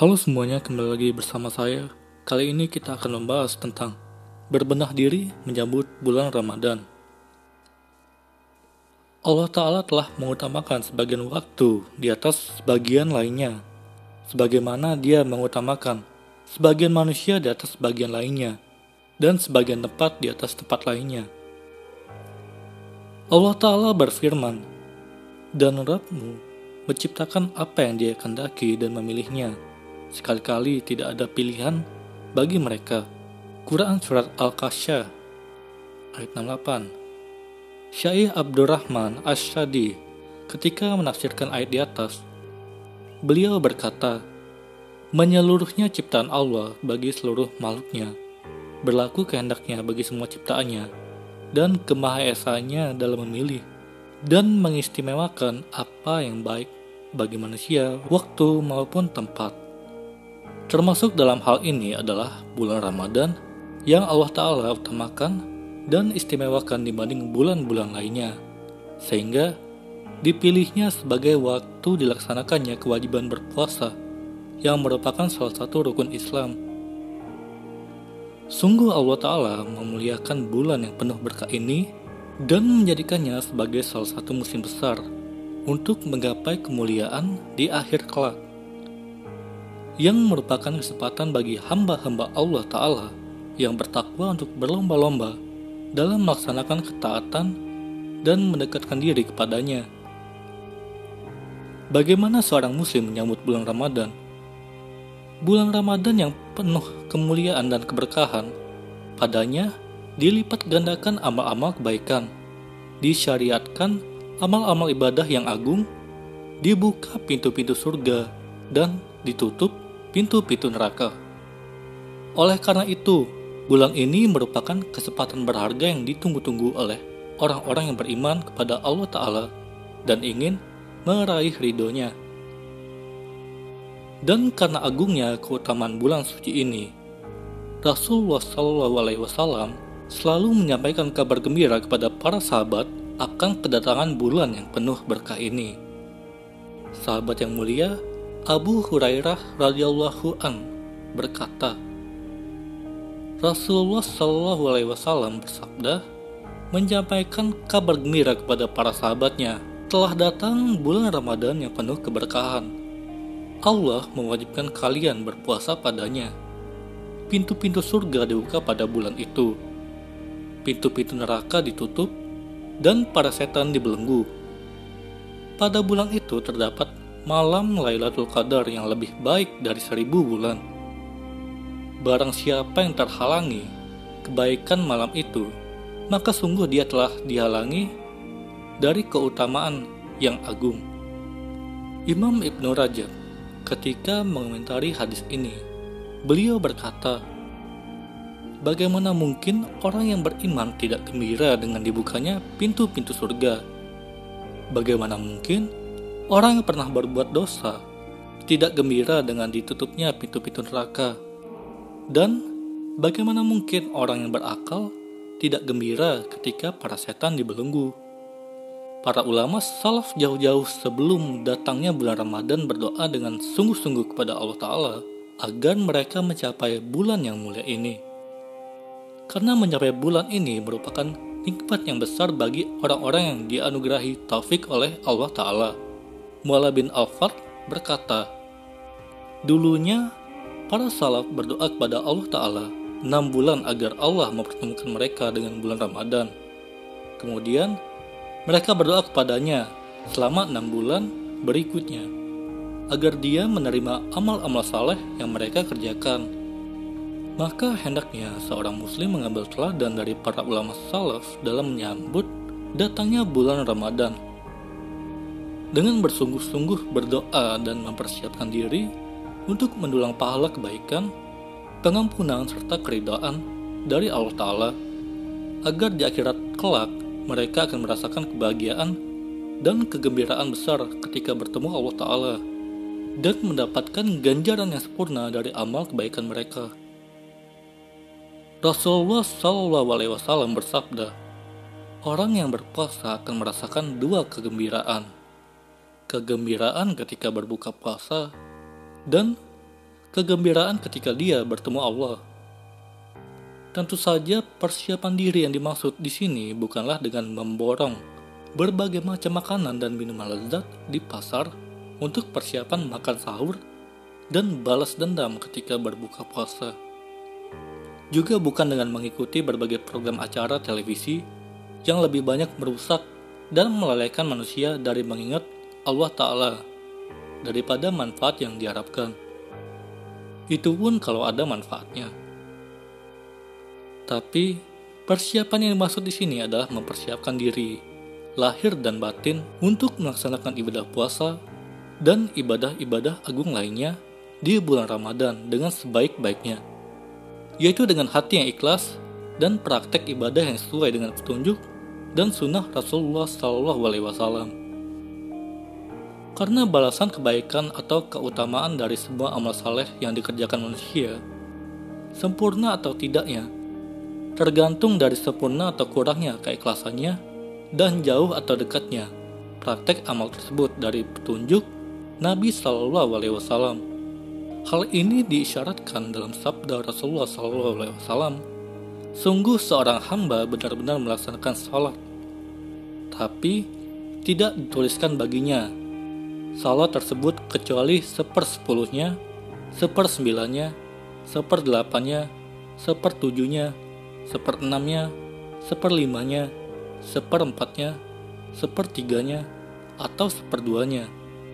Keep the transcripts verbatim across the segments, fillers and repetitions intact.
Halo semuanya, kembali lagi bersama saya. Kali ini kita akan membahas tentang berbenah diri menyambut bulan Ramadan. Allah Ta'ala telah mengutamakan sebagian waktu di atas sebagian lainnya, sebagaimana Dia mengutamakan sebagian manusia di atas sebagian lainnya, dan sebagian tempat di atas tempat lainnya. Allah Ta'ala berfirman, "Dan Rabb-Mu menciptakan apa yang Dia kehendaki dan memilihnya. Sekali-kali tidak ada pilihan bagi mereka." Quran Surat Al-Qasyah ayat enam puluh delapan. Syekh Abdurrahman Ash-Shadi ketika menafsirkan ayat di atas, beliau berkata, menyeluruhnya ciptaan Allah bagi seluruh makhluknya, berlaku kehendaknya bagi semua ciptaannya, dan kemahaesanya dalam memilih dan mengistimewakan apa yang baik bagi manusia, waktu maupun tempat. Termasuk dalam hal ini adalah bulan Ramadan yang Allah Ta'ala utamakan dan istimewakan dibanding bulan-bulan lainnya, sehingga dipilihnya sebagai waktu dilaksanakannya kewajiban berpuasa yang merupakan salah satu rukun Islam. Sungguh Allah Ta'ala memuliakan bulan yang penuh berkah ini dan menjadikannya sebagai salah satu musim besar untuk menggapai kemuliaan di akhir kelak, yang merupakan kesempatan bagi hamba-hamba Allah Ta'ala yang bertakwa untuk berlomba-lomba dalam melaksanakan ketaatan dan mendekatkan diri kepadanya. Bagaimana seorang muslim menyambut bulan Ramadan? Bulan Ramadan yang penuh kemuliaan dan keberkahan, padanya dilipat gandakan amal-amal kebaikan, disyariatkan amal-amal ibadah yang agung, dibuka pintu-pintu surga, dan ditutup pintu-pintu neraka. Oleh karena itu, bulan ini merupakan kesempatan berharga yang ditunggu-tunggu oleh orang-orang yang beriman kepada Allah Ta'ala dan ingin meraih ridhonya. Dan karena agungnya keutamaan bulan suci ini, Rasulullah shallallahu alaihi wasallam selalu menyampaikan kabar gembira kepada para sahabat akan kedatangan bulan yang penuh berkah ini. Sahabat yang mulia Abu Hurairah radhiyallahu an berkata, Rasulullah shallallahu alaihi wasallam bersabda, menyampaikan kabar gembira kepada para sahabatnya, telah datang bulan Ramadan yang penuh keberkahan. Allah mewajibkan kalian berpuasa padanya. Pintu-pintu surga dibuka pada bulan itu. Pintu-pintu neraka ditutup dan para setan dibelenggu. Pada bulan itu terdapat malam Lailatul Qadar yang lebih baik dari seribu bulan. Barang siapa yang terhalangi kebaikan malam itu, maka sungguh dia telah dihalangi dari keutamaan yang agung. Imam Ibnu Rajab ketika mengomentari hadis ini, beliau berkata, bagaimana mungkin orang yang beriman tidak gembira dengan dibukanya pintu-pintu surga? Bagaimana mungkin orang yang pernah berbuat dosa tidak gembira dengan ditutupnya pintu-pintu neraka? Dan bagaimana mungkin orang yang berakal tidak gembira ketika para setan dibelenggu? Para ulama salaf jauh-jauh sebelum datangnya bulan Ramadan berdoa dengan sungguh-sungguh kepada Allah Ta'ala agar mereka mencapai bulan yang mulia ini. Karena mencapai bulan ini merupakan nikmat yang besar bagi orang-orang yang dianugerahi taufik oleh Allah Ta'ala. Mu'alla bin Al-Fard berkata, dulunya para salaf berdoa kepada Allah Ta'ala enam bulan agar Allah mempertemukan mereka dengan bulan Ramadan. Kemudian mereka berdoa kepadanya selama enam bulan berikutnya agar dia menerima amal-amal saleh yang mereka kerjakan. Maka hendaknya seorang muslim mengambil teladan dari para ulama salaf dalam menyambut datangnya bulan Ramadan dengan bersungguh-sungguh berdoa dan mempersiapkan diri untuk mendulang pahala kebaikan, pengampunan serta keridhaan dari Allah Ta'ala, agar di akhirat kelak mereka akan merasakan kebahagiaan dan kegembiraan besar ketika bertemu Allah Ta'ala dan mendapatkan ganjaran yang sempurna dari amal kebaikan mereka. Rasulullah shallallahu alaihi wasallam bersabda, orang yang berpuasa akan merasakan dua kegembiraan. Kegembiraan ketika berbuka puasa dan kegembiraan ketika dia bertemu Allah. Tentu saja persiapan diri yang dimaksud di sini bukanlah dengan memborong berbagai macam makanan dan minuman lezat di pasar untuk persiapan makan sahur dan balas dendam ketika berbuka puasa. Juga bukan dengan mengikuti berbagai program acara televisi yang lebih banyak merusak dan melalaikan manusia dari mengingat Allah Ta'ala daripada manfaat yang diharapkan. Itu pun kalau ada manfaatnya. Tapi persiapan yang dimaksud di sini adalah mempersiapkan diri, lahir dan batin untuk melaksanakan ibadah puasa dan ibadah-ibadah agung lainnya di bulan Ramadan dengan sebaik-baiknya, yaitu dengan hati yang ikhlas dan praktek ibadah yang sesuai dengan petunjuk dan sunnah Rasulullah shallallahu alaihi wasallam. Karena balasan kebaikan atau keutamaan dari semua amal saleh yang dikerjakan manusia, sempurna atau tidaknya, tergantung dari sempurna atau kurangnya keikhlasannya dan jauh atau dekatnya praktek amal tersebut dari petunjuk Nabi shallallahu alaihi wasallam. Hal ini diisyaratkan dalam sabda Rasulullah shallallahu alaihi wasallam, sungguh seorang hamba benar-benar melaksanakan salat, tapi tidak dituliskan baginya salat tersebut kecuali sepersepuluhnya, sepersembilannya, seperdelapannya, sepertujuhnya, seperenamnya, seperlimanya, seperempatnya, sepertiganya, atau seperduanya.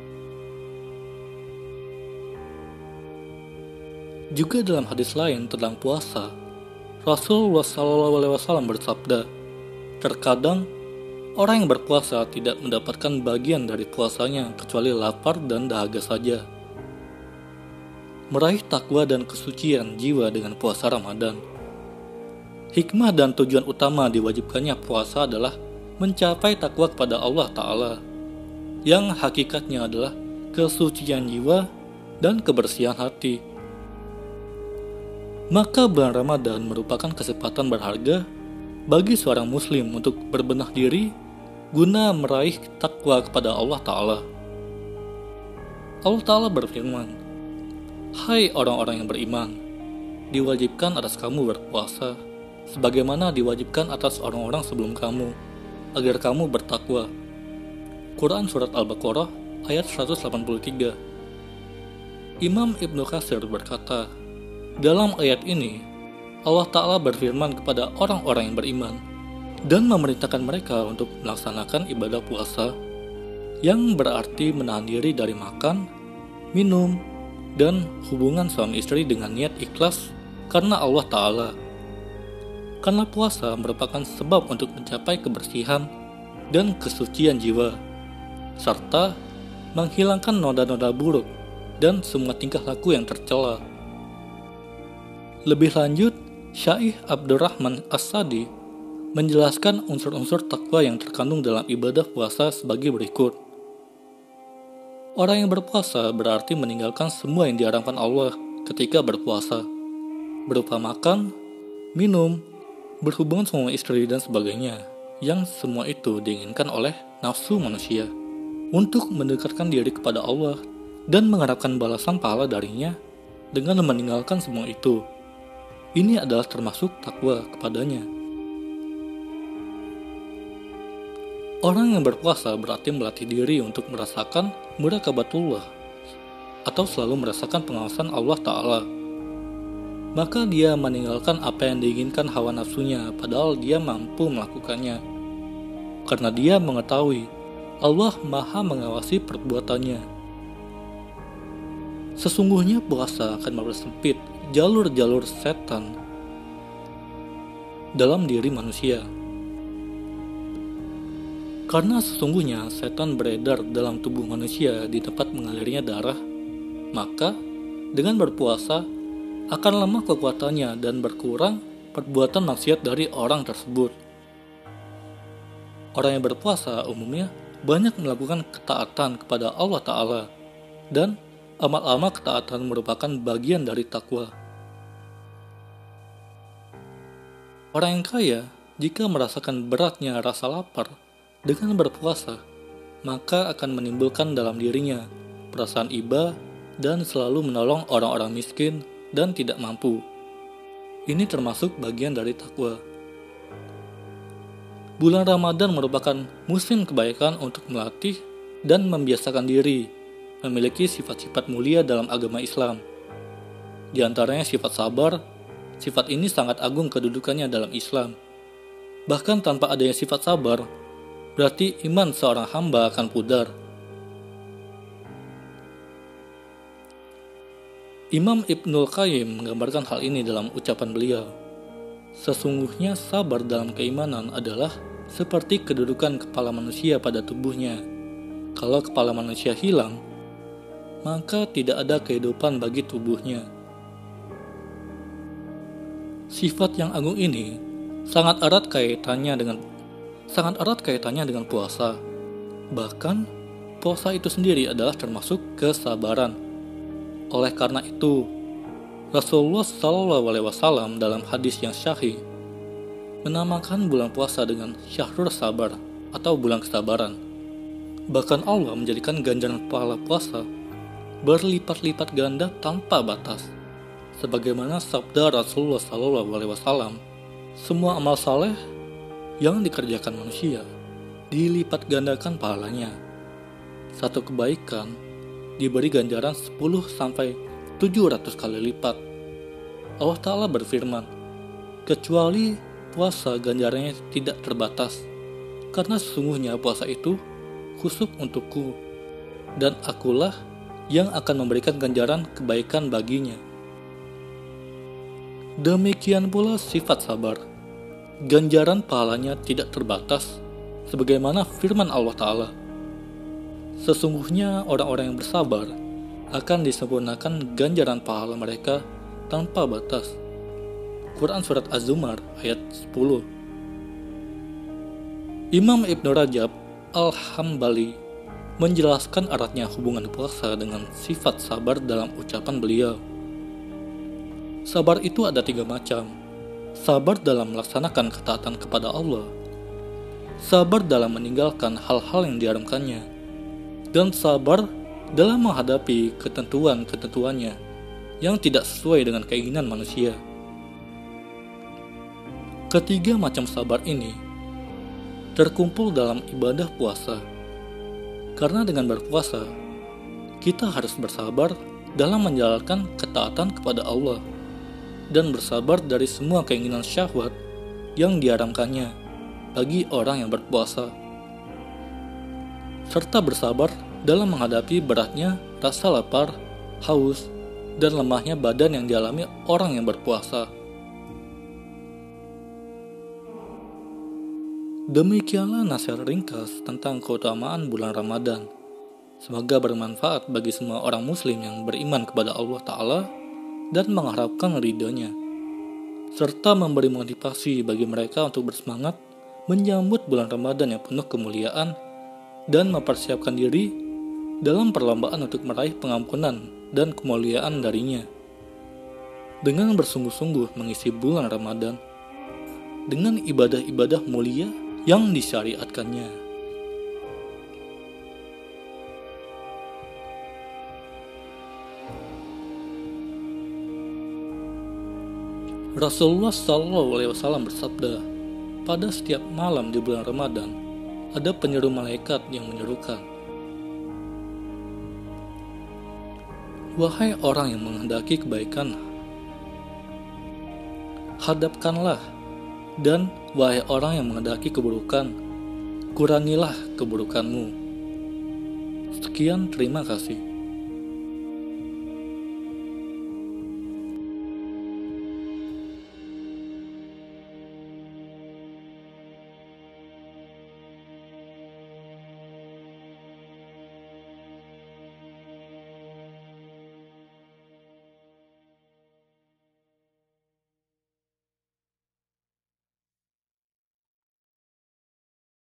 Juga dalam hadis lain tentang puasa, Rasulullah shallallahu alaihi wasallam bersabda, terkadang orang yang berpuasa tidak mendapatkan bagian dari puasanya kecuali lapar dan dahaga saja. Meraih takwa dan kesucian jiwa dengan puasa Ramadan. Hikmah dan tujuan utama diwajibkannya puasa adalah mencapai takwa kepada Allah Ta'ala, yang hakikatnya adalah kesucian jiwa dan kebersihan hati. Maka bulan Ramadan merupakan kesempatan berharga bagi seorang muslim untuk berbenah diri guna meraih takwa kepada Allah Ta'ala. Allah Ta'ala berfirman, hai orang-orang yang beriman, diwajibkan atas kamu berpuasa sebagaimana diwajibkan atas orang-orang sebelum kamu, agar kamu bertakwa. Quran Surat Al-Baqarah ayat seratus delapan puluh tiga. Imam Ibnu Katsir berkata, dalam ayat ini, Allah Ta'ala berfirman kepada orang-orang yang beriman dan memerintahkan mereka untuk melaksanakan ibadah puasa, yang berarti menahan diri dari makan, minum, dan hubungan suami istri dengan niat ikhlas karena Allah Ta'ala. Karena puasa merupakan sebab untuk mencapai kebersihan dan kesucian jiwa, serta menghilangkan noda-noda buruk dan semua tingkah laku yang tercela. Lebih lanjut, Syaikh Abdurrahman As-Sadi menjelaskan unsur-unsur takwa yang terkandung dalam ibadah puasa sebagai berikut. Orang yang berpuasa berarti meninggalkan semua yang diharamkan Allah ketika berpuasa, berupa makan, minum, berhubungan sama istri dan sebagainya, yang semua itu diinginkan oleh nafsu manusia untuk mendekatkan diri kepada Allah dan mengharapkan balasan pahala darinya dengan meninggalkan semua itu. Ini adalah termasuk takwa kepadanya. Orang yang berpuasa berarti melatih diri untuk merasakan muraqabatullah atau selalu merasakan pengawasan Allah Ta'ala. Maka dia meninggalkan apa yang diinginkan hawa nafsunya padahal dia mampu melakukannya. Karena dia mengetahui Allah Maha mengawasi perbuatannya. Sesungguhnya puasa akan mempersempit jalur-jalur setan dalam diri manusia. Karena sesungguhnya setan beredar dalam tubuh manusia di tempat mengalirnya darah, maka dengan berpuasa akan lemah kekuatannya dan berkurang perbuatan maksiat dari orang tersebut. Orang yang berpuasa umumnya banyak melakukan ketaatan kepada Allah Ta'ala, dan amal-amal ketaatan merupakan bagian dari takwa. Orang yang kaya, jika merasakan beratnya rasa lapar dengan berpuasa, maka akan menimbulkan dalam dirinya perasaan iba dan selalu menolong orang-orang miskin dan tidak mampu. Ini termasuk bagian dari takwa. Bulan Ramadan merupakan musim kebaikan untuk melatih dan membiasakan diri memiliki sifat-sifat mulia dalam agama Islam. Di antaranya sifat sabar. Sifat ini sangat agung kedudukannya dalam Islam. Bahkan tanpa adanya sifat sabar, berarti iman seorang hamba akan pudar. Imam Ibnul Qayyim menggambarkan hal ini dalam ucapan beliau. Sesungguhnya sabar dalam keimanan adalah seperti kedudukan kepala manusia pada tubuhnya. Kalau kepala manusia hilang, maka tidak ada kehidupan bagi tubuhnya. Sifat yang agung ini sangat erat kaitannya dengan sangat erat kaitannya dengan puasa. Bahkan puasa itu sendiri adalah termasuk kesabaran. Oleh karena itu, Rasulullah shallallahu alaihi wasallam dalam hadis yang sahih menamakan bulan puasa dengan Syahrul Sabar atau bulan kesabaran. Bahkan Allah menjadikan ganjaran pahala puasa berlipat-lipat ganda tanpa batas. Sebagaimana sabda Rasulullah shallallahu alaihi wasallam, semua amal saleh yang dikerjakan manusia dilipat gandakan pahalanya. Satu kebaikan diberi ganjaran sepuluh sampai tujuh ratus kali lipat. Allah Ta'ala berfirman, kecuali puasa ganjarannya tidak terbatas, karena sesungguhnya puasa itu khusus untukku, dan akulah yang akan memberikan ganjaran kebaikan baginya. Demikian pula sifat sabar. Ganjaran pahalanya tidak terbatas, sebagaimana firman Allah Ta'ala. Sesungguhnya orang-orang yang bersabar akan disempurnakan ganjaran pahala mereka tanpa batas. Quran Surat Az-Zumar ayat sepuluh. Imam Ibn Rajab Al-Hambali menjelaskan eratnya hubungan puasa dengan sifat sabar dalam ucapan beliau. Sabar itu ada tiga macam. Sabar dalam melaksanakan ketaatan kepada Allah, sabar dalam meninggalkan hal-hal yang diharamkannya, dan sabar dalam menghadapi ketentuan-ketentuannya yang tidak sesuai dengan keinginan manusia. Ketiga macam sabar ini terkumpul dalam ibadah puasa. Karena dengan berpuasa, kita harus bersabar dalam menjalankan ketaatan kepada Allah dan bersabar dari semua keinginan syahwat yang diharamkannya bagi orang yang berpuasa, serta bersabar dalam menghadapi beratnya rasa lapar, haus, dan lemahnya badan yang dialami orang yang berpuasa. Demikianlah nasihat ringkas tentang keutamaan bulan Ramadan. Semoga bermanfaat bagi semua orang muslim yang beriman kepada Allah Ta'ala dan mengharapkan ridhonya, serta memberi motivasi bagi mereka untuk bersemangat menyambut bulan Ramadan yang penuh kemuliaan dan mempersiapkan diri dalam perlombaan untuk meraih pengampunan dan kemuliaan darinya. Dengan bersungguh-sungguh mengisi bulan Ramadan dengan ibadah-ibadah mulia yang disyariatkannya. Rasulullah shallallahu alaihi wasallam bersabda, pada setiap malam di bulan Ramadan ada penyeru malaikat yang menyerukan, wahai orang yang menghendaki kebaikan, hadapkanlah, dan wahai orang yang menghendaki keburukan, kurangilah keburukanmu. Sekian, terima kasih.